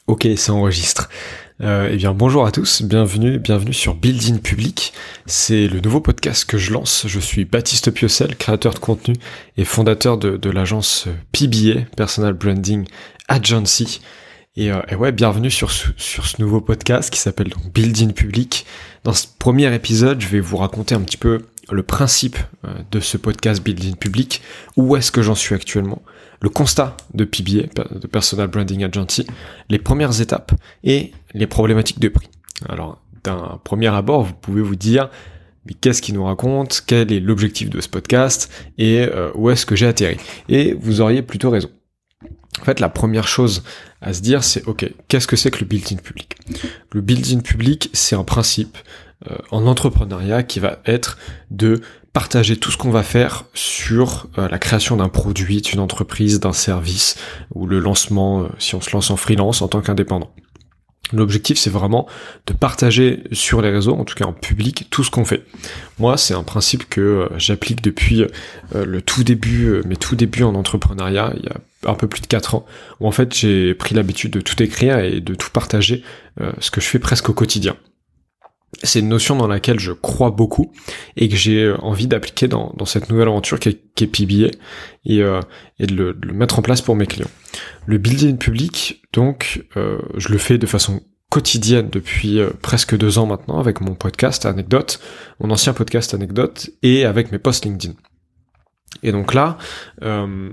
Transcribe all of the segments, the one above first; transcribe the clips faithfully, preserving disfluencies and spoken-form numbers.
Ok, ça enregistre. Euh, eh bien, bonjour à tous, bienvenue, bienvenue sur Building Public. C'est le nouveau podcast que je lance. Je suis Baptiste Piocel, créateur de contenu et fondateur de, de l'agence P B A, Personal Branding Agency. Et, euh, et ouais, bienvenue sur ce, sur ce nouveau podcast qui s'appelle donc Building Public. Dans ce premier épisode, je vais vous raconter un petit peu le principe euh, de ce podcast Building Public, où est-ce que j'en suis actuellement, le constat de P B A, de Personal Branding Agency, les premières étapes et les problématiques de prix. Alors, d'un premier abord, vous pouvez vous dire, mais qu'est-ce qu'il nous raconte, quel est l'objectif de ce podcast et euh, où est-ce que j'ai atterri ? Et vous auriez plutôt raison. En fait, la première chose à se dire, c'est, ok, qu'est-ce que c'est que le building public ? Le building public, c'est un principe euh, en entrepreneuriat qui va être de partager tout ce qu'on va faire sur euh, la création d'un produit, d'une entreprise, d'un service, ou le lancement, euh, si on se lance en freelance en tant qu'indépendant. L'objectif, c'est vraiment de partager sur les réseaux, en tout cas en public, tout ce qu'on fait. Moi, c'est un principe que euh, j'applique depuis euh, le tout début, euh, mes tout débuts en entrepreneuriat, il y a un peu plus de quatre ans, où en fait, j'ai pris l'habitude de tout écrire et de tout partager, euh, ce que je fais presque au quotidien. C'est une notion dans laquelle je crois beaucoup et que j'ai envie d'appliquer dans, dans cette nouvelle aventure qui est, qui est P B A et, euh, et de le, de le mettre en place pour mes clients. Le building public, donc, euh, je le fais de façon quotidienne depuis euh, presque deux ans maintenant avec mon podcast Anecdote, mon ancien podcast Anecdote et avec mes posts LinkedIn. Et donc là, euh,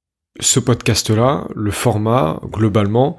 ce podcast-là, le format, globalement,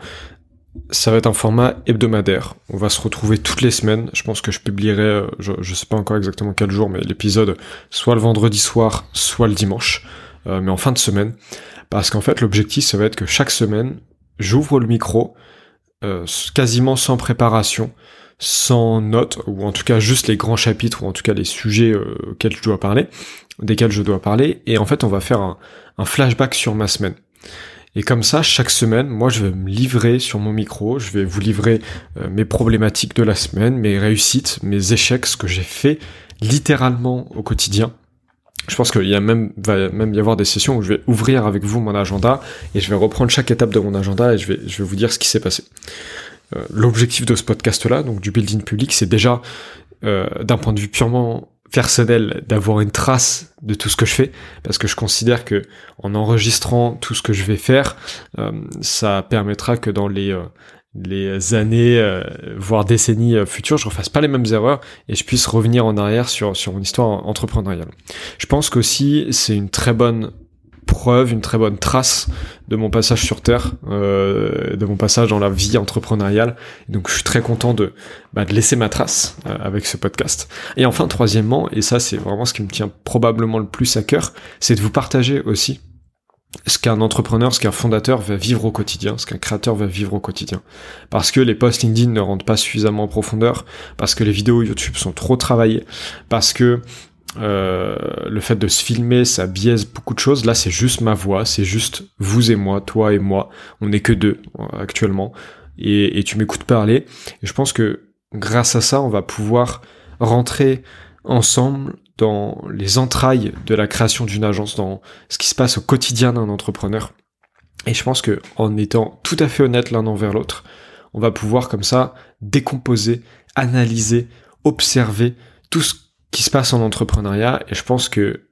ça va être un format hebdomadaire. On va se retrouver toutes les semaines. Je pense que je publierai, je, je sais pas encore exactement quel jour, mais l'épisode soit le vendredi soir, soit le dimanche, euh, mais en fin de semaine. Parce qu'en fait, l'objectif, ça va être que chaque semaine, j'ouvre le micro, euh, quasiment sans préparation, sans notes, ou en tout cas juste les grands chapitres, ou en tout cas les sujets euh, auxquels je dois parler, desquels je dois parler, et en fait, on va faire un, un flashback sur ma semaine. Et comme ça, chaque semaine, moi, je vais me livrer sur mon micro, je vais vous livrer euh, mes problématiques de la semaine, mes réussites, mes échecs, ce que j'ai fait littéralement au quotidien. Je pense qu'il y a même, va même y avoir des sessions où je vais ouvrir avec vous mon agenda et je vais reprendre chaque étape de mon agenda et je vais, je vais vous dire ce qui s'est passé. Euh, l'objectif de ce podcast-là, donc du building public, c'est déjà, euh, d'un point de vue purement personnel, d'avoir une trace de tout ce que je fais, parce que je considère que en enregistrant tout ce que je vais faire, euh, ça permettra que dans les euh, les années, euh, voire décennies euh, futures, je refasse pas les mêmes erreurs et je puisse revenir en arrière sur sur mon histoire entrepreneuriale. Je pense qu'aussi c'est une très bonne preuve, une très bonne trace de mon passage sur Terre, euh, de mon passage dans la vie entrepreneuriale. Donc je suis très content de, bah, de laisser ma trace euh, avec ce podcast. Et enfin, troisièmement, et ça c'est vraiment ce qui me tient probablement le plus à cœur, c'est de vous partager aussi ce qu'un entrepreneur, ce qu'un fondateur va vivre au quotidien, ce qu'un créateur va vivre au quotidien. Parce que les posts LinkedIn ne rentrent pas suffisamment en profondeur, parce que les vidéos YouTube sont trop travaillées, parce que Euh, le fait de se filmer, ça biaise beaucoup de choses. Là, c'est juste ma voix, c'est juste vous et moi, toi et moi. On n'est que deux actuellement, et, et tu m'écoutes parler. Et je pense que grâce à ça, on va pouvoir rentrer ensemble dans les entrailles de la création d'une agence, dans ce qui se passe au quotidien d'un entrepreneur. Et je pense que en étant tout à fait honnête l'un envers l'autre, on va pouvoir comme ça décomposer, analyser, observer tout ce qui se passe en entrepreneuriat, et je pense que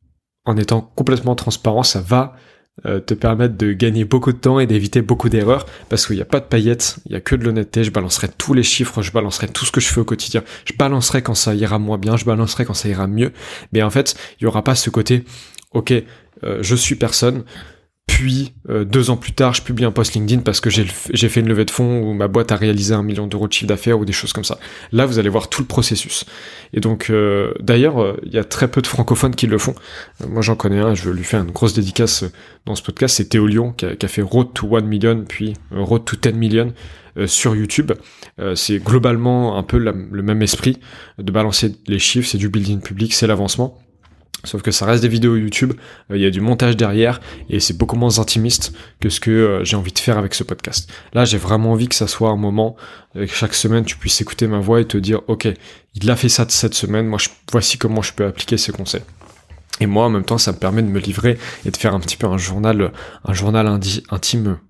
en étant complètement transparent, ça va euh, te permettre de gagner beaucoup de temps et d'éviter beaucoup d'erreurs, parce qu'il n'y a pas de paillettes, il y a que de l'honnêteté. Je balancerai tous les chiffres, je balancerai tout ce que je fais au quotidien, je balancerai quand ça ira moins bien, je balancerai quand ça ira mieux, mais en fait, il n'y aura pas ce côté, ok, euh, je suis personne, puis euh, deux ans plus tard, je publie un post LinkedIn parce que j'ai, j'ai fait une levée de fonds où ma boîte a réalisé un million d'euros de chiffre d'affaires ou des choses comme ça. Là, vous allez voir tout le processus. Et donc, euh, d'ailleurs, il euh, y a très peu de francophones qui le font. Euh, moi, j'en connais un, je veux lui faire une grosse dédicace dans ce podcast, c'est Théo Lyon qui a, qui a fait Road to one million, puis euh, Road to ten million euh, sur YouTube. Euh, c'est globalement un peu la, le même esprit de balancer les chiffres, c'est du building public, c'est l'avancement. Sauf que ça reste des vidéos YouTube, il euh, y a du montage derrière, et c'est beaucoup moins intimiste que ce que euh, j'ai envie de faire avec ce podcast. Là, j'ai vraiment envie que ça soit un moment, euh, que chaque semaine tu puisses écouter ma voix et te dire, ok, il a fait ça cette semaine, moi je, voici comment je peux appliquer ces conseils. Et moi, en même temps, ça me permet de me livrer et de faire un petit peu un journal, un journal indi- intime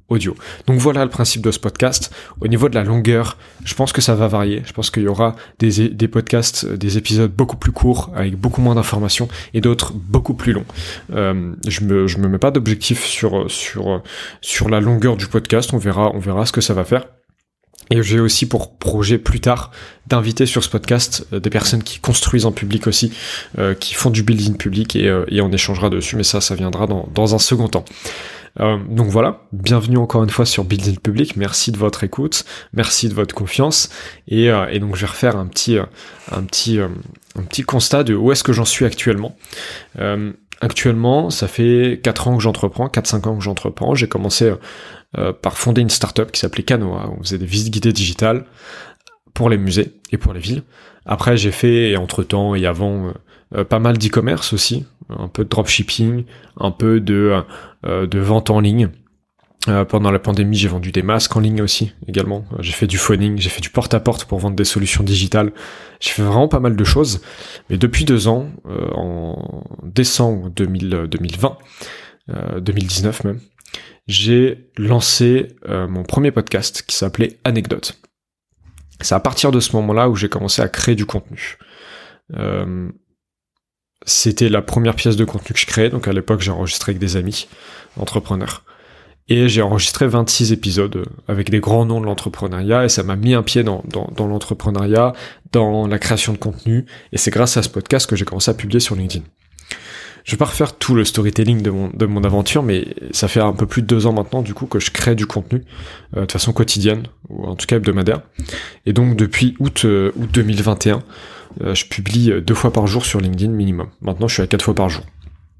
audio. Donc voilà le principe de ce podcast. Au niveau de la longueur, je pense que ça va varier. Je pense qu'il y aura des, des podcasts, des épisodes beaucoup plus courts, avec beaucoup moins d'informations, et d'autres beaucoup plus longs. Euh, je me, je me mets pas d'objectif sur, sur, sur la longueur du podcast. On verra, on verra ce que ça va faire. Et j'ai aussi pour projet plus tard d'inviter sur ce podcast euh, des personnes qui construisent en public aussi, euh, qui font du building public, et, euh, et on échangera dessus, mais ça, ça viendra dans, dans un second temps. Euh, donc voilà, bienvenue encore une fois sur Building Public, merci de votre écoute, merci de votre confiance, et, euh, et donc je vais refaire un petit, euh, un petit, euh, un petit constat de où est-ce que j'en suis actuellement. Euh, actuellement, ça fait quatre ans que j'entreprends, quatre cinq ans que j'entreprends, j'ai commencé euh, par fonder une startup qui s'appelait Canoa, on faisait des visites guidées digitales pour les musées et pour les villes. Après j'ai fait, et entre-temps et avant, euh, pas mal d'e-commerce aussi, un peu de dropshipping, un peu de, euh, de vente en ligne. Euh, pendant la pandémie, j'ai vendu des masques en ligne aussi, également. Euh, j'ai fait du phoning, j'ai fait du porte-à-porte pour vendre des solutions digitales. J'ai fait vraiment pas mal de choses. Mais depuis deux ans, euh, en décembre deux mille vingt, euh, deux mille dix-neuf même, j'ai lancé euh, mon premier podcast qui s'appelait Anecdote. C'est à partir de ce moment-là où j'ai commencé à créer du contenu. Euh, C'était la première pièce de contenu que je créais, donc à l'époque j'ai enregistré avec des amis entrepreneurs. Et j'ai enregistré vingt-six épisodes avec des grands noms de l'entrepreneuriat, et ça m'a mis un pied dans, dans, dans l'entrepreneuriat, dans la création de contenu, et c'est grâce à ce podcast que j'ai commencé à publier sur LinkedIn. Je vais pas refaire tout le storytelling de mon, de mon aventure, mais ça fait un peu plus de deux ans maintenant du coup que je crée du contenu euh, de façon quotidienne, ou en tout cas hebdomadaire. Et donc depuis août, euh, août deux mille vingt et un, euh, je publie deux fois par jour sur LinkedIn minimum. Maintenant je suis à quatre fois par jour.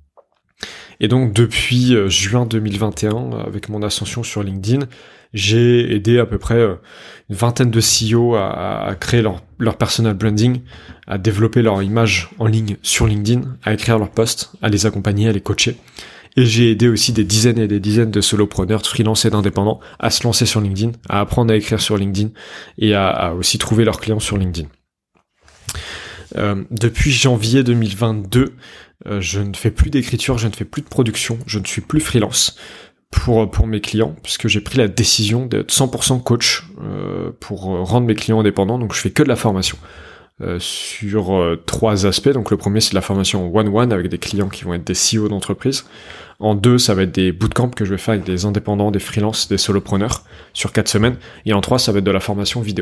Et donc depuis euh, juin deux mille vingt et un, avec mon ascension sur LinkedIn, j'ai aidé à peu près euh, une vingtaine de C E O à, à créer leur, leur personal branding, à développer leur image en ligne sur LinkedIn, à écrire leurs posts, à les accompagner, à les coacher. Et j'ai aidé aussi des dizaines et des dizaines de solopreneurs, de freelance et d'indépendants à se lancer sur LinkedIn, à apprendre à écrire sur LinkedIn et à, à aussi trouver leurs clients sur LinkedIn. Euh, depuis janvier deux mille vingt-deux, euh, je ne fais plus d'écriture, je ne fais plus de production, je ne suis plus freelance pour pour mes clients, puisque j'ai pris la décision d'être cent pour cent coach euh, pour rendre mes clients indépendants. Donc je fais que de la formation euh, sur euh, trois aspects. Donc le premier, c'est de la formation one-one avec des clients qui vont être des C E O d'entreprise. En deux, ça va être des bootcamps que je vais faire avec des indépendants, des freelances, des solopreneurs sur quatre semaines. Et en trois, ça va être de la formation vidéo.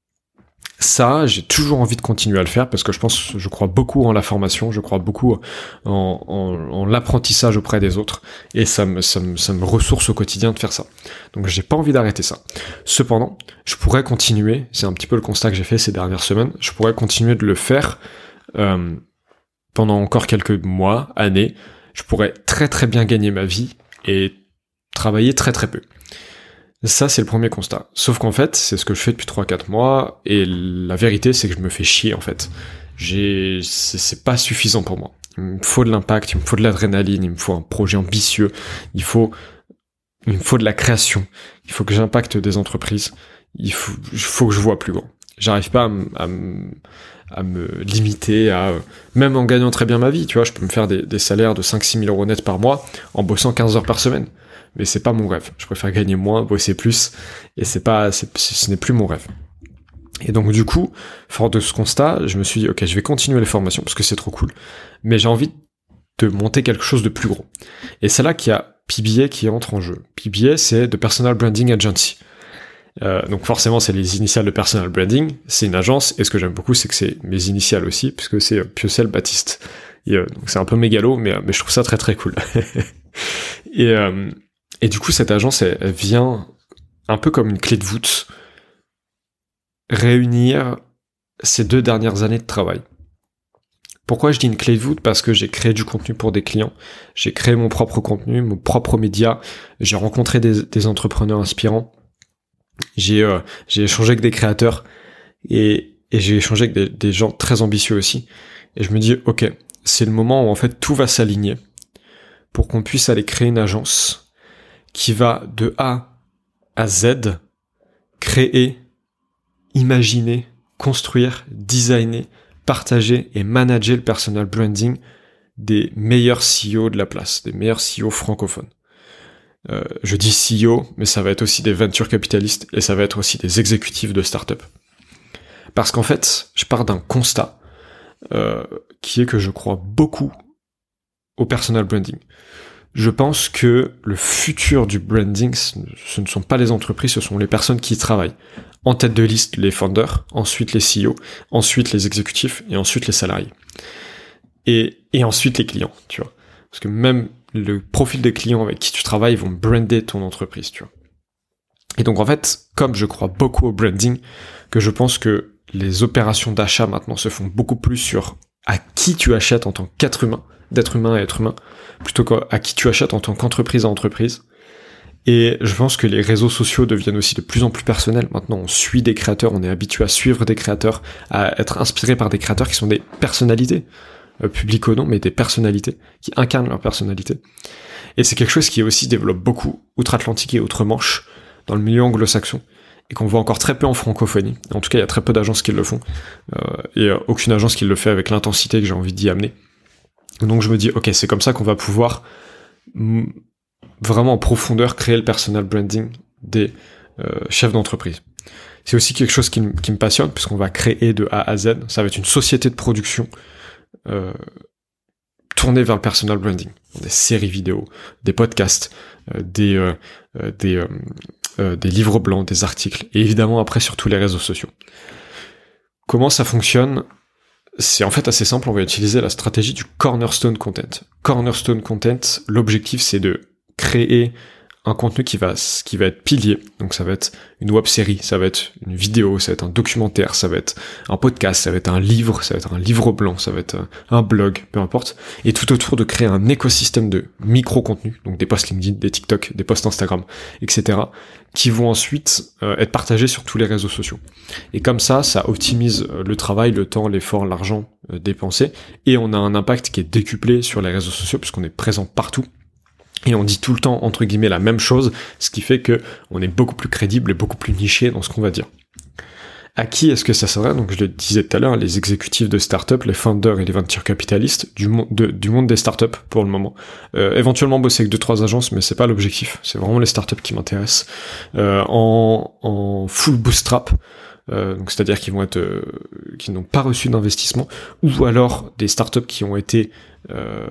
Ça, j'ai toujours envie de continuer à le faire parce que je pense, je crois beaucoup en la formation, je crois beaucoup en, en, en l'apprentissage auprès des autres, et ça me, ça me, ça me ressource au quotidien de faire ça. Donc j'ai pas envie d'arrêter ça. Cependant, je pourrais continuer, c'est un petit peu le constat que j'ai fait ces dernières semaines, je pourrais continuer de le faire euh, pendant encore quelques mois, années. Je pourrais très très bien gagner ma vie et travailler très très peu. Ça, c'est le premier constat. Sauf qu'en fait, c'est ce que je fais depuis trois quatre mois, et la vérité, c'est que je me fais chier, en fait. J'ai, c'est, c'est pas suffisant pour moi. Il me faut de l'impact, il me faut de l'adrénaline, il me faut un projet ambitieux, il faut, il me faut de la création, il faut que j'impacte des entreprises, il faut, il faut que je vois plus grand. J'arrive pas à, m- à, m- à me limiter à, même en gagnant très bien ma vie, tu vois, je peux me faire des, des salaires de cinq six mille euros net par mois en bossant quinze heures par semaine. Mais c'est pas mon rêve. Je préfère gagner moins, bosser plus, et c'est pas, c'est, ce n'est plus mon rêve. Et donc du coup, fort de ce constat, je me suis dit, ok, je vais continuer les formations parce que c'est trop cool, mais j'ai envie de monter quelque chose de plus gros. Et c'est là qu'il y a P B A qui entre en jeu. P B A, c'est The Personal Branding Agency. Euh, donc forcément, c'est les initiales de Personal Branding. C'est une agence, et ce que j'aime beaucoup, c'est que c'est mes initiales aussi, puisque c'est euh, Piocel Baptiste. Et euh, donc c'est un peu mégalo, mais mais je trouve ça très très cool. et euh, Et du coup, cette agence, elle, elle vient un peu comme une clé de voûte réunir ces deux dernières années de travail. Pourquoi je dis une clé de voûte ? Parce que j'ai créé du contenu pour des clients, j'ai créé mon propre contenu, mon propre média, j'ai rencontré des, des entrepreneurs inspirants, j'ai, euh, j'ai échangé avec des créateurs, et, et j'ai échangé avec des, des gens très ambitieux aussi. Et je me dis, ok, c'est le moment où en fait tout va s'aligner pour qu'on puisse aller créer une agence qui va de A à Z créer, imaginer, construire, designer, partager et manager le personal branding des meilleurs C E O de la place, des meilleurs C E O francophones. Euh, je dis C E O, mais ça va être aussi des venture capitalistes et ça va être aussi des exécutifs de start-up. Parce qu'en fait, je pars d'un constat euh, qui est que je crois beaucoup au personal branding. Je pense que le futur du branding, ce ne sont pas les entreprises, ce sont les personnes qui y travaillent. En tête de liste, les founders, ensuite les C E O, ensuite les exécutifs et ensuite les salariés. Et, et ensuite les clients, tu vois. Parce que même le profil des clients avec qui tu travailles vont brander ton entreprise, tu vois. Et donc en fait, comme je crois beaucoup au branding, que je pense que les opérations d'achat maintenant se font beaucoup plus sur à qui tu achètes en tant qu'être humain, d'être humain à être humain, plutôt qu'à qui tu achètes en tant qu'entreprise à entreprise. Et je pense que les réseaux sociaux deviennent aussi de plus en plus personnels. Maintenant, on suit des créateurs, on est habitué à suivre des créateurs, à être inspiré par des créateurs qui sont des personnalités, euh, publiques ou non, mais des personnalités, qui incarnent leur personnalité. Et c'est quelque chose qui aussi développe beaucoup outre-Atlantique et outre-Manche, dans le milieu anglo-saxon, et qu'on voit encore très peu en francophonie. En tout cas, il y a très peu d'agences qui le font, euh, et euh, aucune agence qui le fait avec l'intensité que j'ai envie d'y amener. Donc je me dis, ok, c'est comme ça qu'on va pouvoir m- vraiment en profondeur créer le personal branding des euh, chefs d'entreprise. C'est aussi quelque chose qui, m- qui me passionne, puisqu'on va créer de A à Z. Ça va être une société de production euh, tournée vers le personal branding. Des séries vidéo, des podcasts, euh, des, euh, euh, des, euh, euh, des livres blancs, des articles, et évidemment après sur tous les réseaux sociaux. Comment ça fonctionne ? C'est en fait assez simple, on va utiliser la stratégie du cornerstone content. Cornerstone content, l'objectif c'est de créer un contenu qui va, qui va être pilier. Donc ça va être une web-série, ça va être une vidéo, ça va être un documentaire, ça va être un podcast, ça va être un livre, ça va être un livre blanc, ça va être un blog, peu importe. Et tout autour de créer un écosystème de micro-contenus, donc des posts LinkedIn, des TikTok, des posts Instagram, et cetera, qui vont ensuite euh, être partagés sur tous les réseaux sociaux. Et comme ça, ça optimise le travail, le temps, l'effort, l'argent euh, dépensé, et on a un impact qui est décuplé sur les réseaux sociaux, puisqu'on est présent partout. Et on dit tout le temps, entre guillemets, la même chose, ce qui fait que on est beaucoup plus crédible et beaucoup plus niché dans ce qu'on va dire. À qui est-ce que ça s'adresse ? Donc je le disais tout à l'heure, les exécutifs de start-up, les founders et les venture capitalistes du, mo- de, du monde des start-up pour le moment. Euh, éventuellement bosser avec deux trois agences, mais c'est pas l'objectif. C'est vraiment les start-up qui m'intéressent. Euh, en, en full bootstrap, euh, donc c'est-à-dire qu'ils vont être, euh, qui n'ont pas reçu d'investissement, ou alors des startups qui ont été Euh,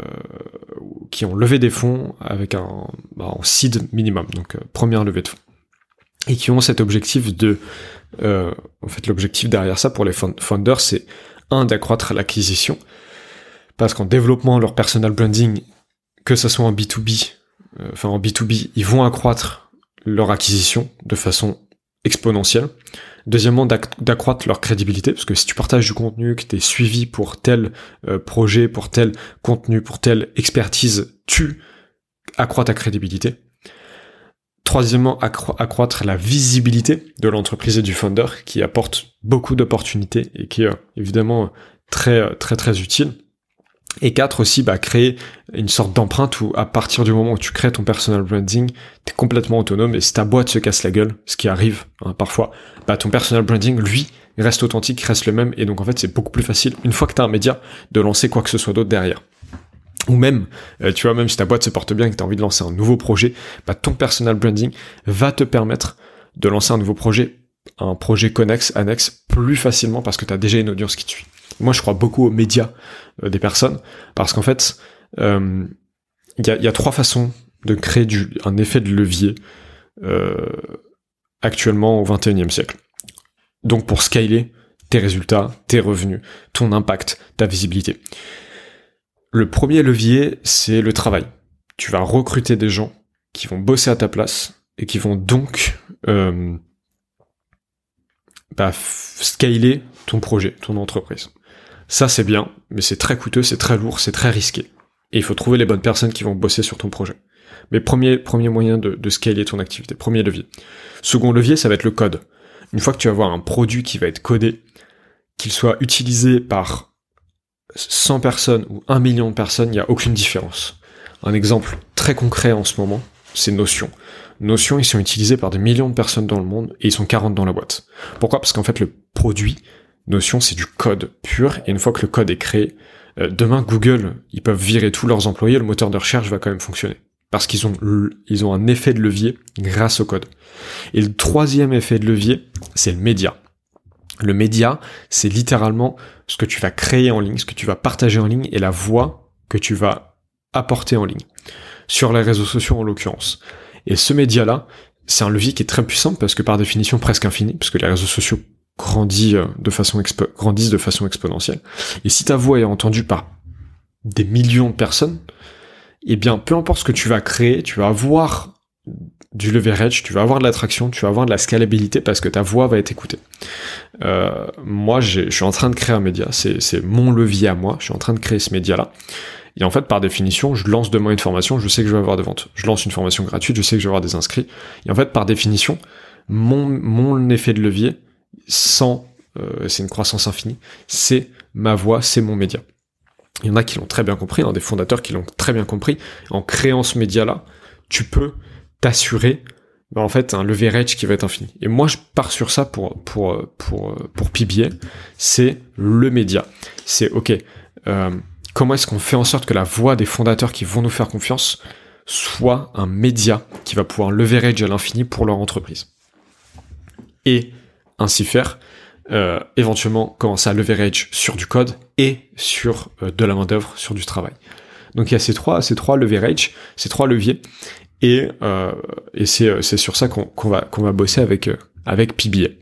qui ont levé des fonds avec un bah, en seed minimum, donc euh, première levée de fonds, et qui ont cet objectif de, euh, en fait l'objectif derrière ça pour les founders, c'est un d'accroître l'acquisition, parce qu'en développant leur personal branding, que ça soit en B deux B, euh, enfin en B deux B, ils vont accroître leur acquisition de façon exponentielle. Deuxièmement, d'acc- d'accroître leur crédibilité, parce que si tu partages du contenu, que tu es suivi pour tel euh, projet, pour tel contenu, pour telle expertise, tu accroît ta crédibilité. Troisièmement, accro- accroître la visibilité de l'entreprise et du founder, qui apporte beaucoup d'opportunités et qui est euh, évidemment très très très utile. Et quatre aussi, bah, créer une sorte d'empreinte où à partir du moment où tu crées ton personal branding, t'es complètement autonome, et si ta boîte se casse la gueule, ce qui arrive hein, parfois, bah ton personal branding, lui, reste authentique, reste le même, et donc en fait c'est beaucoup plus facile, une fois que t'as un média, de lancer quoi que ce soit d'autre derrière. Ou même, euh, tu vois, même si ta boîte se porte bien et que t'as envie de lancer un nouveau projet, bah ton personal branding va te permettre de lancer un nouveau projet, un projet connexe, annexe, plus facilement parce que t'as déjà une audience qui te suit. Moi, je crois beaucoup aux médias euh, des personnes, parce qu'en fait, il euh, y, a, y a trois façons de créer du, un effet de levier euh, actuellement au vingt et unième siècle. Donc pour scaler tes résultats, tes revenus, ton impact, ta visibilité. Le premier levier, c'est le travail. Tu vas recruter des gens qui vont bosser à ta place et qui vont donc euh, bah, scaler ton projet, ton entreprise. Ça, c'est bien, mais c'est très coûteux, c'est très lourd, c'est très risqué. Et il faut trouver les bonnes personnes qui vont bosser sur ton projet. Mais premier, premier moyen de, de scaler ton activité, premier levier. Second levier, ça va être le code. Une fois que tu vas avoir un produit qui va être codé, qu'il soit utilisé par cent personnes ou un million de personnes, il n'y a aucune différence. Un exemple très concret en ce moment, c'est Notion. Notion, ils sont utilisés par des millions de personnes dans le monde et ils sont quarante dans la boîte. Pourquoi ? Parce qu'en fait, le produit Notion, c'est du code pur, et une fois que le code est créé, euh, demain, Google, ils peuvent virer tous leurs employés, le moteur de recherche va quand même fonctionner. parce qu'ils ont, ils ont un effet de levier grâce au code. Et le troisième effet de levier, c'est le média. Le média, c'est littéralement ce que tu vas créer en ligne, ce que tu vas partager en ligne et la voix que tu vas apporter en ligne. Sur les réseaux sociaux en l'occurrence. Et ce média-là, c'est un levier qui est très puissant parce que par définition presque infini, parce que les réseaux sociaux grandissent de façon, expo- grandissent de façon exponentielle. Et si ta voix est entendue par des millions de personnes, eh bien, peu importe ce que tu vas créer, tu vas avoir du leverage, tu vas avoir de l'attraction, tu vas avoir de la scalabilité parce que ta voix va être écoutée. Euh, moi, j'ai, je suis en train de créer un média, c'est, c'est mon levier à moi, je suis en train de créer ce média-là. Et en fait, par définition, je lance demain une formation, je sais que je vais avoir des ventes. Je lance une formation gratuite, je sais que je vais avoir des inscrits. Et en fait, par définition, mon, mon effet de levier, sans, euh, c'est une croissance infinie, c'est ma voix, c'est mon média. Il y en a qui l'ont très bien compris, hein, des fondateurs qui l'ont très bien compris. En créant ce média-là, tu peux t'assurer, bah, en fait, un leverage qui va être infini. Et moi, je pars sur ça pour pour pour pour P B A. C'est le média. C'est ok. Euh, comment est-ce qu'on fait en sorte que la voix des fondateurs qui vont nous faire confiance soit un média qui va pouvoir leverage à l'infini pour leur entreprise. Et ainsi faire. Euh, éventuellement commencer à leverage sur du code et sur euh, de la main d'œuvre, sur du travail. Donc il y a ces trois, ces trois leverage, ces trois leviers, et euh, et c'est c'est sur ça qu'on, qu'on va qu'on va bosser avec euh, avec P B A.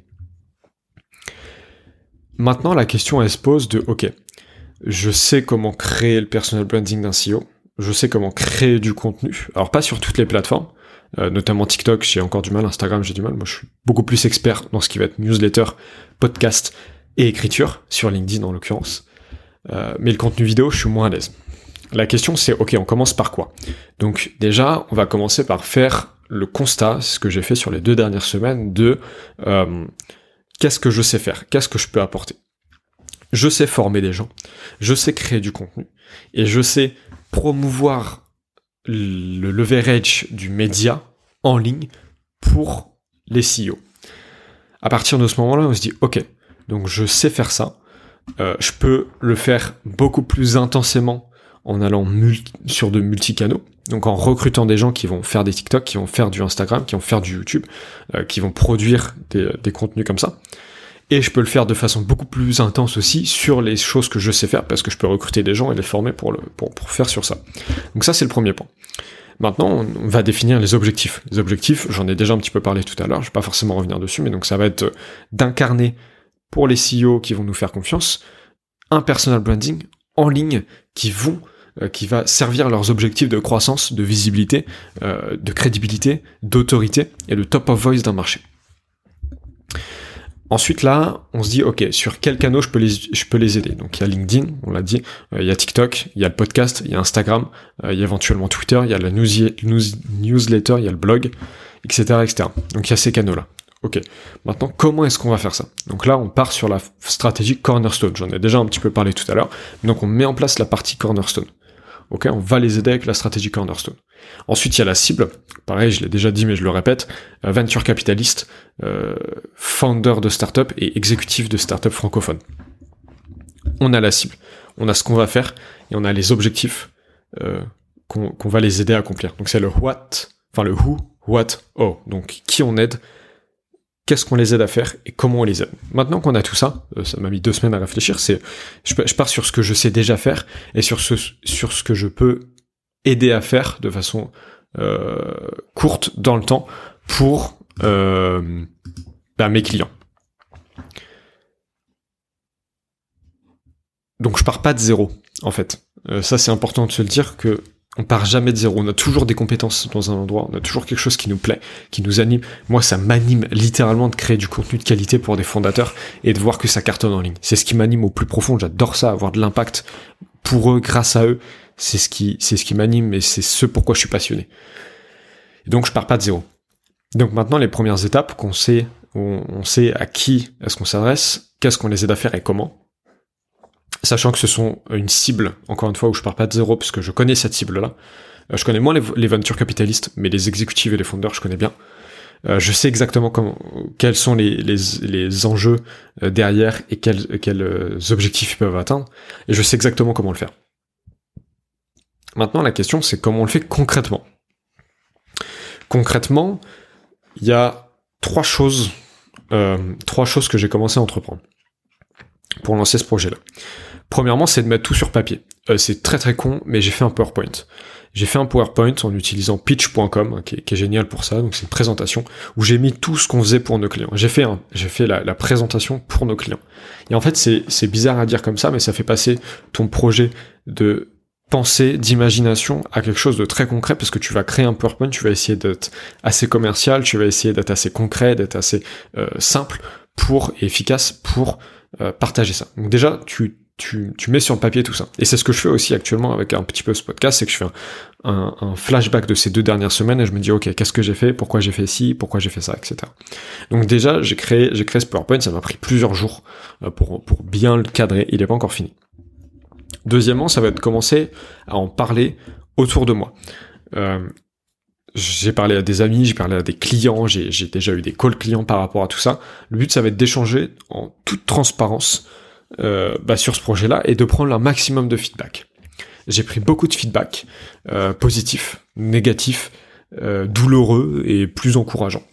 Maintenant la question elle se pose de ok, je sais comment créer le personal branding d'un C E O, je sais comment créer du contenu, alors pas sur toutes les plateformes. Euh, notamment TikTok, j'ai encore du mal, Instagram, j'ai du mal. Moi, je suis beaucoup plus expert dans ce qui va être newsletter, podcast et écriture, sur LinkedIn en l'occurrence. Euh, mais le contenu vidéo, je suis moins à l'aise. La question, c'est, ok, on commence par quoi? Donc déjà, on va commencer par faire le constat, ce que j'ai fait sur les deux dernières semaines, de euh, qu'est-ce que je sais faire, qu'est-ce que je peux apporter. Je sais former des gens, je sais créer du contenu, et je sais promouvoir le leverage du média en ligne pour les C E O. À partir de ce moment-là, on se dit, ok, donc je sais faire ça, euh, je peux le faire beaucoup plus intensément en allant multi- sur de multicanaux, donc en recrutant des gens qui vont faire des TikTok, qui vont faire du Instagram, qui vont faire du YouTube, euh, qui vont produire des, des contenus comme ça. Et je peux le faire de façon beaucoup plus intense aussi sur les choses que je sais faire, parce que je peux recruter des gens et les former pour, le, pour, pour faire sur ça. Donc ça, c'est le premier point. Maintenant, on va définir les objectifs. Les objectifs, j'en ai déjà un petit peu parlé tout à l'heure, je vais pas forcément revenir dessus, mais donc ça va être d'incarner pour les C E O qui vont nous faire confiance, un personal branding en ligne qui vont, euh, qui va servir leurs objectifs de croissance, de visibilité, euh, de crédibilité, d'autorité et de top of voice d'un marché. Ensuite, là, on se dit, ok, sur quels canaux je peux les, je peux les aider? Donc, il y a LinkedIn, on l'a dit, euh, il y a TikTok, il y a le podcast, il y a Instagram, euh, il y a éventuellement Twitter, il y a la news, news, newsletter, il y a le blog, et cetera, et cetera. Donc, il y a ces canaux-là. Ok. Maintenant, comment est-ce qu'on va faire ça? Donc là, on part sur la stratégie Cornerstone. J'en ai déjà un petit peu parlé tout à l'heure. Donc, on met en place la partie Cornerstone. Ok, on va les aider avec la stratégie Cornerstone. Ensuite, il y a la cible. Pareil, je l'ai déjà dit, mais je le répète. Euh, venture capitaliste, euh, founder de start-up et exécutif de start-up francophone. On a la cible. On a ce qu'on va faire et on a les objectifs euh, qu'on, qu'on va les aider à accomplir. Donc, c'est le what, enfin le who, what, how. Donc, qui on aide, qu'est-ce qu'on les aide à faire et comment on les aide. Maintenant qu'on a tout ça, euh, ça m'a mis deux semaines à réfléchir, c'est, je, je pars sur ce que je sais déjà faire et sur ce, sur ce que je peux aider à faire de façon euh, courte dans le temps pour euh, bah, mes clients. Donc je pars pas de zéro, en fait. Euh, ça c'est important de se le dire que on part jamais de zéro, on a toujours des compétences dans un endroit, on a toujours quelque chose qui nous plaît, qui nous anime. Moi, ça m'anime littéralement de créer du contenu de qualité pour des fondateurs et de voir que ça cartonne en ligne. C'est ce qui m'anime au plus profond, j'adore ça, avoir de l'impact pour eux, grâce à eux. C'est ce qui, c'est ce qui m'anime et c'est ce pourquoi je suis passionné. Et donc, je pars pas de zéro. Donc maintenant, les premières étapes qu'on sait, on, on sait à qui est-ce qu'on s'adresse, qu'est-ce qu'on les aide à faire et comment. Sachant que ce sont une cible, encore une fois, où je pars pas de zéro, parce que je connais cette cible-là. Euh, je connais moins les, les venture capitalistes, mais les exécutifs et les founders, je connais bien. Euh, je sais exactement comment, quels sont les, les, les enjeux euh, derrière et quels, quels euh, objectifs ils peuvent atteindre. Et je sais exactement comment le faire. Maintenant, la question, c'est comment on le fait concrètement. Concrètement, il y a trois choses, euh, trois choses que j'ai commencé à entreprendre pour lancer ce projet-là. Premièrement, c'est de mettre tout sur papier. Euh, c'est très très con, mais j'ai fait un PowerPoint. J'ai fait un PowerPoint en utilisant pitch point com, hein, qui, est, qui est génial pour ça. Donc c'est une présentation où j'ai mis tout ce qu'on faisait pour nos clients. J'ai fait, un, j'ai fait la, la présentation pour nos clients. Et en fait, c'est, c'est bizarre à dire comme ça, mais ça fait passer ton projet de pensée, d'imagination à quelque chose de très concret, parce que tu vas créer un PowerPoint, tu vas essayer d'être assez commercial, tu vas essayer d'être assez concret, d'être assez euh, simple pour et efficace pour euh, partager ça. Donc déjà, tu Tu, tu mets sur le papier tout ça. Et c'est ce que je fais aussi actuellement avec un petit peu ce podcast, c'est que je fais un, un, un flashback de ces deux dernières semaines et je me dis, ok, qu'est-ce que j'ai fait, pourquoi j'ai fait ci, pourquoi j'ai fait ça, et cetera. Donc déjà, j'ai créé, j'ai créé ce PowerPoint, ça m'a pris plusieurs jours pour, pour bien le cadrer, il n'est pas encore fini. Deuxièmement, ça va être commencer à en parler autour de moi. Euh, j'ai parlé à des amis, j'ai parlé à des clients, j'ai, j'ai déjà eu des calls clients par rapport à tout ça. Le but, ça va être d'échanger en toute transparence Euh, bah, sur ce projet-là et de prendre un maximum de feedback. J'ai pris beaucoup de feedback euh, positifs, négatifs, euh, douloureux et plus encourageants.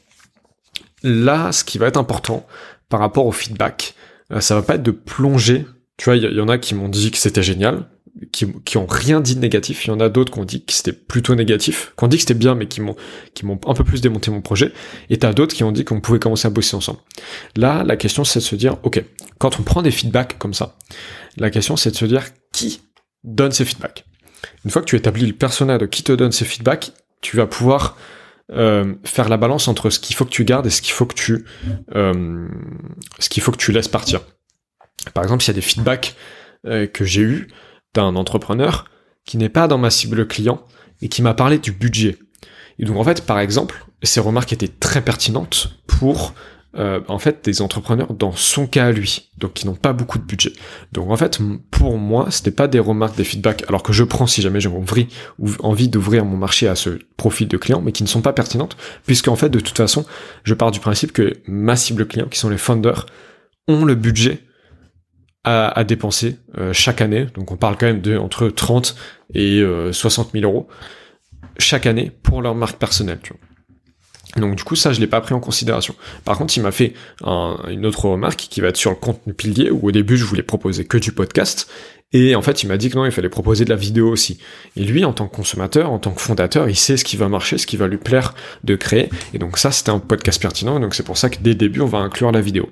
Là, ce qui va être important par rapport au feedback, euh, ça va pas être de plonger. Tu vois, il y, y en a qui m'ont dit que c'était génial, qui, qui ont rien dit de négatif. Il y en a d'autres qui ont dit que c'était plutôt négatif, qui ont dit que c'était bien, mais qui m'ont, qui m'ont un peu plus démonté mon projet. Et t'as d'autres qui ont dit qu'on pouvait commencer à bosser ensemble. Là, la question, c'est de se dire, ok, quand on prend des feedbacks comme ça, la question, c'est de se dire qui donne ces feedbacks. Une fois que tu établis le persona de qui te donne ces feedbacks, tu vas pouvoir euh, faire la balance entre ce qu'il faut que tu gardes et ce qu'il faut que tu, euh, ce qu'il faut que tu laisses partir. Par exemple, s'il y a des feedbacks euh, que j'ai eus d'un entrepreneur qui n'est pas dans ma cible client et qui m'a parlé du budget. Et donc en fait, par exemple, ces remarques étaient très pertinentes pour euh, en fait des entrepreneurs dans son cas à lui, donc qui n'ont pas beaucoup de budget. Donc en fait, pour moi, c'était pas des remarques, des feedbacks, alors que je prends si jamais j'ai envie, ou envie d'ouvrir mon marché à ce profil de client, mais qui ne sont pas pertinentes, puisque en fait, de toute façon, je pars du principe que ma cible client, qui sont les founders, ont le budget à, à dépenser euh, chaque année. Donc on parle quand même de entre trente et euh, soixante mille euros chaque année pour leur marque personnelle, tu vois. Donc du coup ça je l'ai pas pris en considération. Par contre il m'a fait un, une autre remarque qui va être sur le contenu pilier, où au début je voulais proposer que du podcast, et en fait il m'a dit que non, il fallait proposer de la vidéo aussi. Et lui, en tant que consommateur, en tant que fondateur, il sait ce qui va marcher, ce qui va lui plaire de créer, et donc ça c'était un podcast pertinent, et donc c'est pour ça que dès le début on va inclure la vidéo.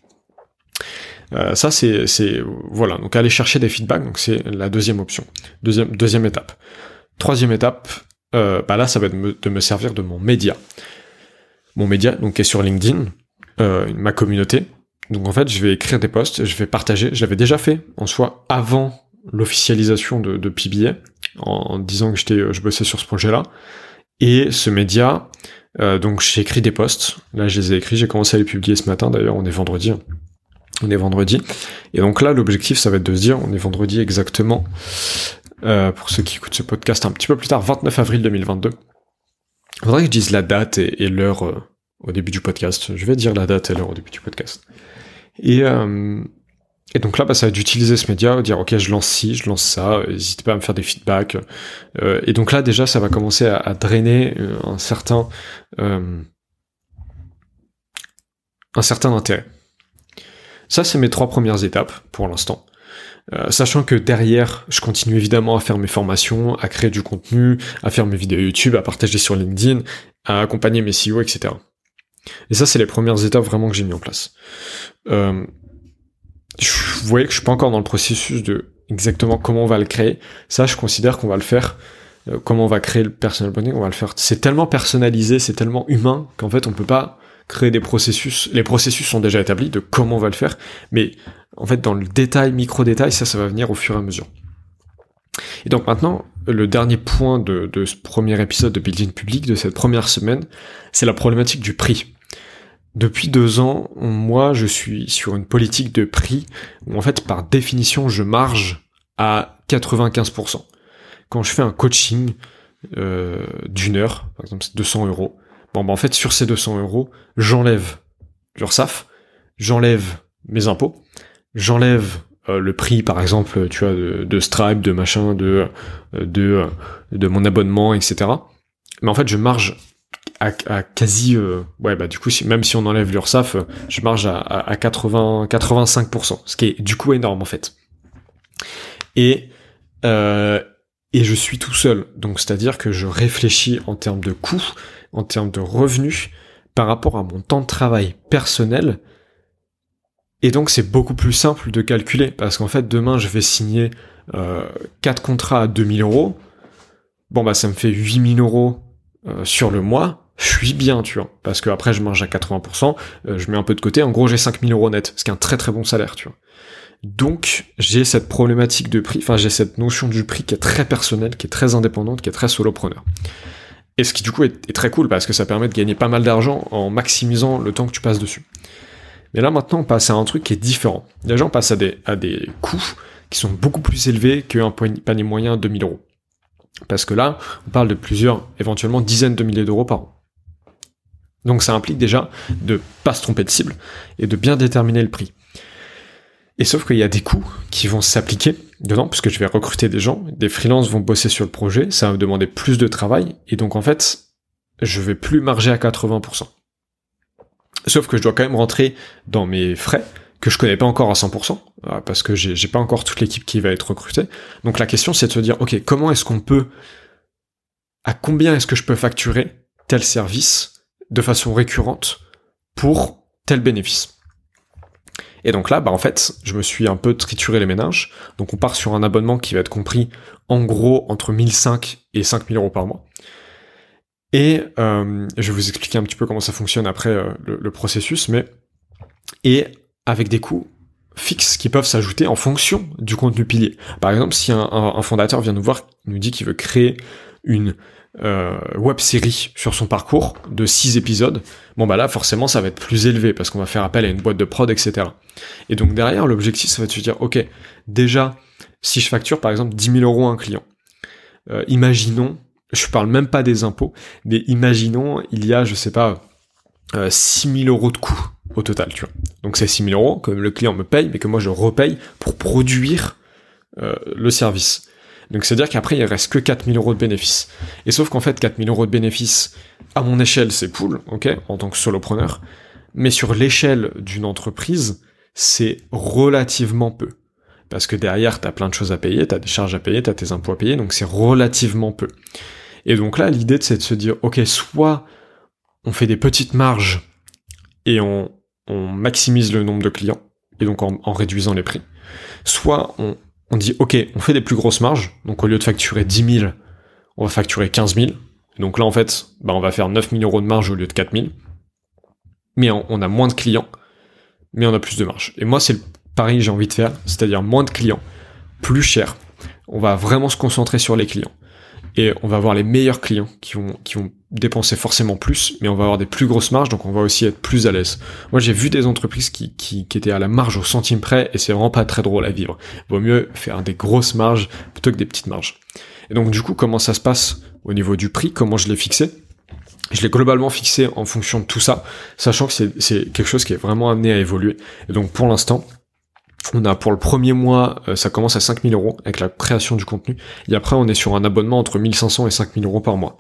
Euh, ça c'est, c'est voilà, donc aller chercher des feedbacks, donc c'est la deuxième option, deuxième, deuxième étape. Troisième étape, euh, bah là ça va être de me, de me servir de mon média. Mon média, donc, est sur LinkedIn, euh, ma communauté. Donc, en fait, je vais écrire des posts, je vais partager. Je l'avais déjà fait, en soi, avant l'officialisation de, de P B A, en, en disant que j'étais, je bossais sur ce projet-là. Et ce média, euh, donc, j'ai écrit des posts. Là, je les ai écrits. J'ai commencé à les publier ce matin. D'ailleurs, on est vendredi. On est vendredi. Et donc là, l'objectif, ça va être de se dire, on est vendredi exactement, euh, pour ceux qui écoutent ce podcast un petit peu plus tard, vingt-neuf avril deux mille vingt-deux. Il faudrait que je dise la date et, et l'heure euh, au début du podcast. Je vais dire la date et l'heure au début du podcast. Et, euh, et donc là, bah, ça va être d'utiliser ce média, dire ok, je lance ci, je lance ça, n'hésitez pas à me faire des feedbacks. Euh, et donc là, déjà, ça va commencer à, à drainer un certain, euh, un certain intérêt. Ça, c'est mes trois premières étapes pour l'instant. Euh, sachant que derrière, je continue évidemment à faire mes formations, à créer du contenu, à faire mes vidéos YouTube, à partager sur LinkedIn, à accompagner mes C E O, et cetera. Et ça, c'est les premières étapes vraiment que j'ai mis en place. Euh, vous voyez que je suis pas encore dans le processus de exactement comment on va le créer. Ça, je considère qu'on va le faire, euh, comment on va créer le personal branding, on va le faire. C'est tellement personnalisé, c'est tellement humain qu'en fait, on peut pas créer des processus. Les processus sont déjà établis de comment on va le faire, mais en fait, dans le détail, micro-détail, ça, ça va venir au fur et à mesure. Et donc maintenant, le dernier point de, de ce premier épisode de Building Public, de cette première semaine, c'est la problématique du prix. Depuis deux ans, moi, je suis sur une politique de prix où, en fait, par définition, je marge à quatre-vingt-quinze pour cent. Quand je fais un coaching euh, d'une heure, par exemple, c'est deux cents euros, bon, bah, en fait, sur ces deux cents euros, j'enlève l'URSSAF, j'enlève mes impôts, j'enlève euh, le prix, par exemple, tu vois, de, de Stripe, de machin, de, de, de mon abonnement, et cetera. Mais en fait, je marge à, à quasi, euh, ouais, bah du coup, si, même si on enlève l'URSSAF, euh, je marge à, à, à quatre-vingts, quatre-vingt-cinq pour cent, ce qui est du coup énorme en fait. Et euh, et je suis tout seul, donc c'est-à-dire que je réfléchis en termes de coûts, en termes de revenus, par rapport à mon temps de travail personnel. Et donc c'est beaucoup plus simple de calculer, parce qu'en fait demain je vais signer euh, quatre contrats à deux mille euros. Bon bah ça me fait huit mille euros euh, sur le mois, je suis bien, tu vois, parce que après je marge à quatre-vingts pour cent, euh, je mets un peu de côté, en gros j'ai cinq mille euros net, ce qui est un très très bon salaire, tu vois. Donc j'ai cette problématique de prix, enfin j'ai cette notion du prix qui est très personnelle, qui est très indépendante, qui est très solopreneur. Et ce qui du coup est, est très cool, parce que ça permet de gagner pas mal d'argent en maximisant le temps que tu passes dessus. Mais là maintenant on passe à un truc qui est différent. Déjà on passe à des, à des coûts qui sont beaucoup plus élevés qu'un panier moyen à deux mille euros. Parce que là, on parle de plusieurs, éventuellement dizaines de milliers d'euros par an. Donc ça implique déjà de pas se tromper de cible et de bien déterminer le prix. Et sauf qu'il y a des coûts qui vont s'appliquer dedans, puisque je vais recruter des gens, des freelances vont bosser sur le projet, ça va me demander plus de travail, et donc en fait, je vais plus marger à quatre-vingts pour cent. Sauf que je dois quand même rentrer dans mes frais, que je connais pas encore à cent pour cent, parce que j'ai, j'ai pas encore toute l'équipe qui va être recrutée. Donc la question c'est de se dire, ok, comment est-ce qu'on peut, à combien est-ce que je peux facturer tel service de façon récurrente pour tel bénéfice? Et donc là, bah en fait, je me suis un peu trituré les méninges. Donc on part sur un abonnement qui va être compris en gros entre mille cinq et cinq mille euros par mois. Et euh, je vais vous expliquer un petit peu comment ça fonctionne après euh, le, le processus, mais et avec des coûts fixes qui peuvent s'ajouter en fonction du contenu pilier. Par exemple, si un, un, un fondateur vient nous voir, nous dit qu'il veut créer une euh, web série sur son parcours de six épisodes, bon bah là forcément ça va être plus élevé parce qu'on va faire appel à une boîte de prod, et cetera. Et donc derrière l'objectif ça va être de se dire ok, déjà si je facture par exemple dix mille euros à un client, euh, imaginons, je parle même pas des impôts, mais imaginons il y a je sais pas euh, six mille euros de coûts au total, tu vois. Donc c'est six mille euros que le client me paye mais que moi je repaye pour produire euh, le service. Donc c'est-à-dire qu'après, il reste que quatre mille euros de bénéfices. Et sauf qu'en fait, quatre mille euros de bénéfices, à mon échelle, c'est cool, ok, en tant que solopreneur. Mais sur l'échelle d'une entreprise, c'est relativement peu. Parce que derrière, t'as plein de choses à payer, t'as des charges à payer, t'as tes impôts à payer, donc c'est relativement peu. Et donc là, l'idée, c'est de se dire, ok, soit on fait des petites marges et on, on maximise le nombre de clients, et donc en, en réduisant les prix. Soit on On dit, ok, on fait des plus grosses marges, donc au lieu de facturer dix mille, on va facturer quinze mille. Donc là, en fait, bah, on va faire neuf mille euros de marge au lieu de quatre mille. Mais on, on a moins de clients, mais on a plus de marge. Et moi, c'est le pari que j'ai envie de faire, c'est-à-dire moins de clients, plus cher. On va vraiment se concentrer sur les clients. Et on va avoir les meilleurs clients qui vont, qui vont dépenser forcément plus, mais on va avoir des plus grosses marges, donc on va aussi être plus à l'aise. Moi, j'ai vu des entreprises qui, qui, qui étaient à la marge au centime près, et c'est vraiment pas très drôle à vivre. Vaut mieux faire des grosses marges plutôt que des petites marges. Et donc, du coup, comment ça se passe au niveau du prix? Comment je l'ai fixé? Je l'ai globalement fixé en fonction de tout ça, sachant que c'est, c'est quelque chose qui est vraiment amené à évoluer. Et donc, pour l'instant, on a pour le premier mois, euh, ça commence à cinq mille euros avec la création du contenu. Et après, on est sur un abonnement entre mille cinq cents et cinq mille euros par mois.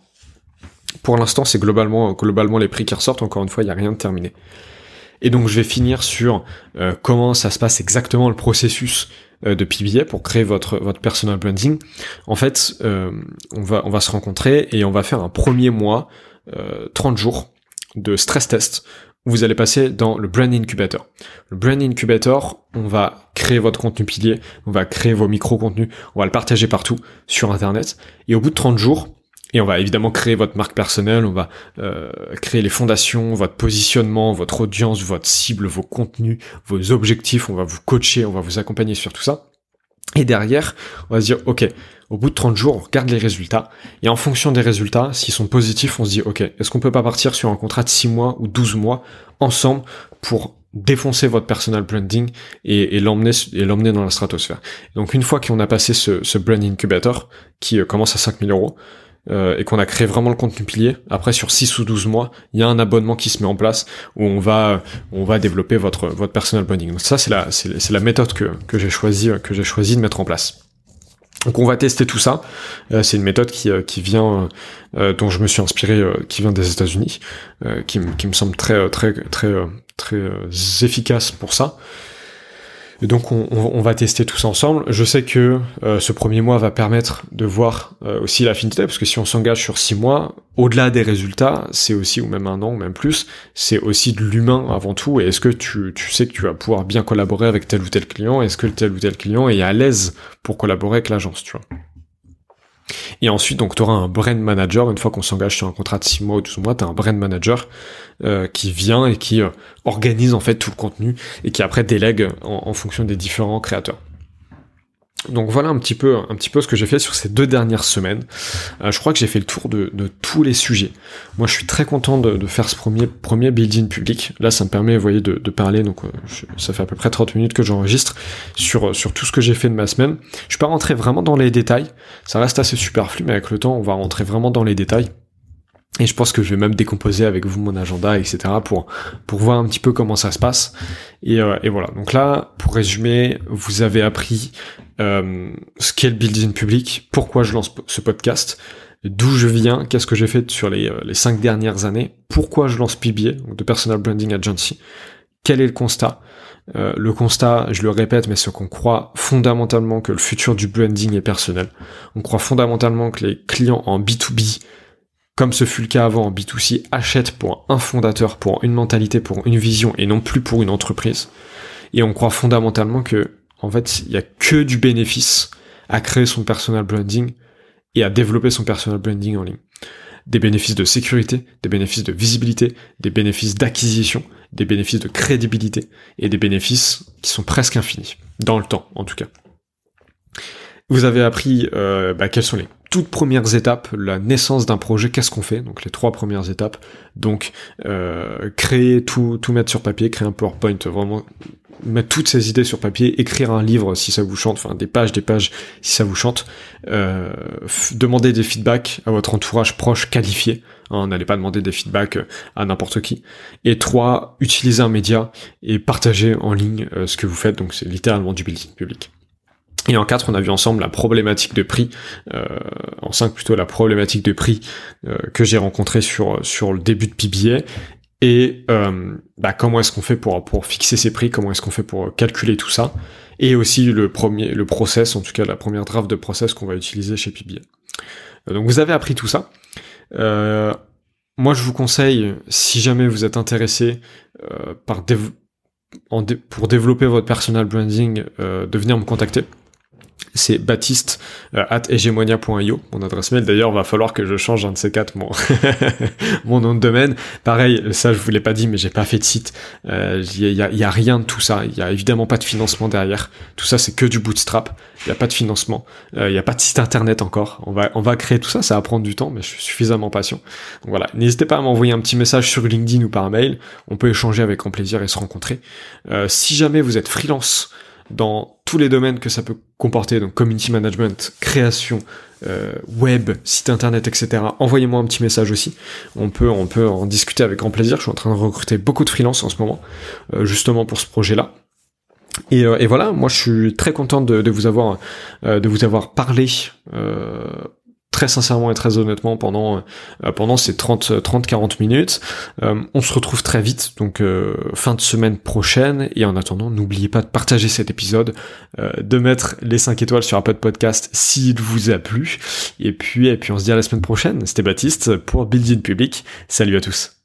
Pour l'instant, c'est globalement, globalement les prix qui ressortent. Encore une fois, il n'y a rien de terminé. Et donc, je vais finir sur euh, comment ça se passe exactement le processus euh, de P B A pour créer votre votre personal branding. En fait, euh, on va on va se rencontrer et on va faire un premier mois, euh, trente jours de stress test. Vous allez passer dans le Brand Incubator. Le Brand Incubator, on va créer votre contenu pilier, on va créer vos micro-contenus, on va le partager partout sur Internet. Et au bout de trente jours, et on va évidemment créer votre marque personnelle, on va euh, créer les fondations, votre positionnement, votre audience, votre cible, vos contenus, vos objectifs, on va vous coacher, on va vous accompagner sur tout ça. Et derrière, on va se dire, ok, au bout de trente jours, on regarde les résultats, et en fonction des résultats, s'ils sont positifs, on se dit, ok, est-ce qu'on peut pas partir sur un contrat de six mois ou douze mois ensemble pour défoncer votre personal branding et, et l'emmener et l'emmener dans la stratosphère. Donc une fois qu'on a passé ce, ce brand incubator, qui euh, commence à cinq mille euros, Euh, et qu'on a créé vraiment le contenu pilier, après sur six ou douze mois, il y a un abonnement qui se met en place où on va on va développer votre votre personal branding. Donc ça c'est la c'est, c'est la méthode que que j'ai choisi que j'ai choisi de mettre en place. Donc on va tester tout ça. Euh, c'est une méthode qui, euh, qui vient, euh, dont je me suis inspiré, euh, qui vient des États-Unis, euh, qui, qui me semble très, très, très, très euh, efficace pour ça. Et donc on, on, on va tester tout ça ensemble. Je sais que euh, ce premier mois va permettre de voir euh, aussi l'affinité, parce que si on s'engage sur six mois, au-delà des résultats, c'est aussi, ou même un an, ou même plus, c'est aussi de l'humain avant tout. Et est-ce que tu, tu sais que tu vas pouvoir bien collaborer avec tel ou tel client? Est-ce que tel ou tel client est à l'aise pour collaborer avec l'agence, tu vois? Et ensuite, donc, tu auras un brand manager. Une fois qu'on s'engage sur un contrat de six mois ou douze mois, tu as un brand manager euh, qui vient et qui euh, organise en fait tout le contenu et qui après délègue en, en fonction des différents créateurs. Donc voilà un petit peu, un petit peu ce que j'ai fait sur ces deux dernières semaines. Euh, je crois que j'ai fait le tour de, de tous les sujets. Moi, je suis très content de, de faire ce premier, premier build-in public. Là, ça me permet, vous voyez, de, de parler. Donc, euh, je, ça fait à peu près trente minutes que j'enregistre sur, sur tout ce que j'ai fait de ma semaine. Je peux pas rentrer vraiment dans les détails. Ça reste assez superflu, mais avec le temps, on va rentrer vraiment dans les détails. Et je pense que je vais même décomposer avec vous mon agenda, et cetera pour pour voir un petit peu comment ça se passe. Et, euh, et voilà. Donc là, pour résumer, vous avez appris euh, ce qu'est le build-in public, pourquoi je lance ce podcast, d'où je viens, qu'est-ce que j'ai fait sur les euh, les cinq dernières années, pourquoi je lance P B A, donc de Personal Branding Agency, quel est le constat. Euh, le constat, je le répète, mais c'est qu'on croit fondamentalement que le futur du branding est personnel. On croit fondamentalement que les clients en B deux B, comme ce fut le cas avant en B deux C, achètent pour un fondateur, pour une mentalité, pour une vision, et non plus pour une entreprise. Et on croit fondamentalement que, en fait, il y a que du bénéfice à créer son personal branding et à développer son personal branding en ligne. Des bénéfices de sécurité, des bénéfices de visibilité, des bénéfices d'acquisition, des bénéfices de crédibilité, et des bénéfices qui sont presque infinis, dans le temps, en tout cas. Vous avez appris euh, bah, quelles sont les toutes premières étapes, la naissance d'un projet, qu'est-ce qu'on fait, donc les trois premières étapes, donc euh, créer tout, tout mettre sur papier, créer un PowerPoint, vraiment mettre toutes ces idées sur papier, écrire un livre si ça vous chante, enfin des pages, des pages si ça vous chante, euh, f- demander des feedbacks à votre entourage proche qualifié, hein, n'allez pas demander des feedbacks à n'importe qui, et trois, utiliser un média et partager en ligne euh, ce que vous faites, donc c'est littéralement du building public. Et en quatre, on a vu ensemble la problématique de prix, euh, en cinq plutôt la problématique de prix euh, que j'ai rencontrée sur sur le début de P B A, et euh, bah, comment est-ce qu'on fait pour pour fixer ces prix, comment est-ce qu'on fait pour calculer tout ça, et aussi le premier le process, en tout cas la première draft de process qu'on va utiliser chez P B A. Donc vous avez appris tout ça. Euh, moi je vous conseille, si jamais vous êtes intéressé euh, par dév- en dé- pour développer votre personal branding, euh, de venir me contacter. C'est baptiste euh, at hegemonia point io, mon adresse mail. D'ailleurs, va falloir que je change un de ces quatre mon mon nom de domaine. Pareil, ça je vous l'ai pas dit, mais j'ai pas fait de site. Il euh, y, a, y a rien de tout ça. Il y a évidemment pas de financement derrière. Tout ça, c'est que du bootstrap. Il y a pas de financement. Il euh, y a pas de site internet encore. On va on va créer tout ça. Ça va prendre du temps, mais je suis suffisamment patient. Donc voilà, n'hésitez pas à m'envoyer un petit message sur LinkedIn ou par mail. On peut échanger avec grand plaisir et se rencontrer. Euh, si jamais vous êtes freelance dans tous les domaines que ça peut comporter, donc community management, création, euh, web, site internet, et cetera. Envoyez-moi un petit message aussi. On peut, on peut en discuter avec grand plaisir. Je suis en train de recruter beaucoup de freelance en ce moment, euh, justement pour ce projet-là. Et, euh, et voilà, moi je suis très content de, de vous avoir, euh, de vous avoir parlé. Euh, très sincèrement et très honnêtement pendant euh, pendant ces trente à quarante minutes. Euh, on se retrouve très vite, donc euh, fin de semaine prochaine, et en attendant, n'oubliez pas de partager cet épisode, euh, de mettre les cinq étoiles sur Apple Podcast s'il vous a plu, et puis et puis on se dit à la semaine prochaine. C'était Baptiste pour Build-in Public. Salut à tous.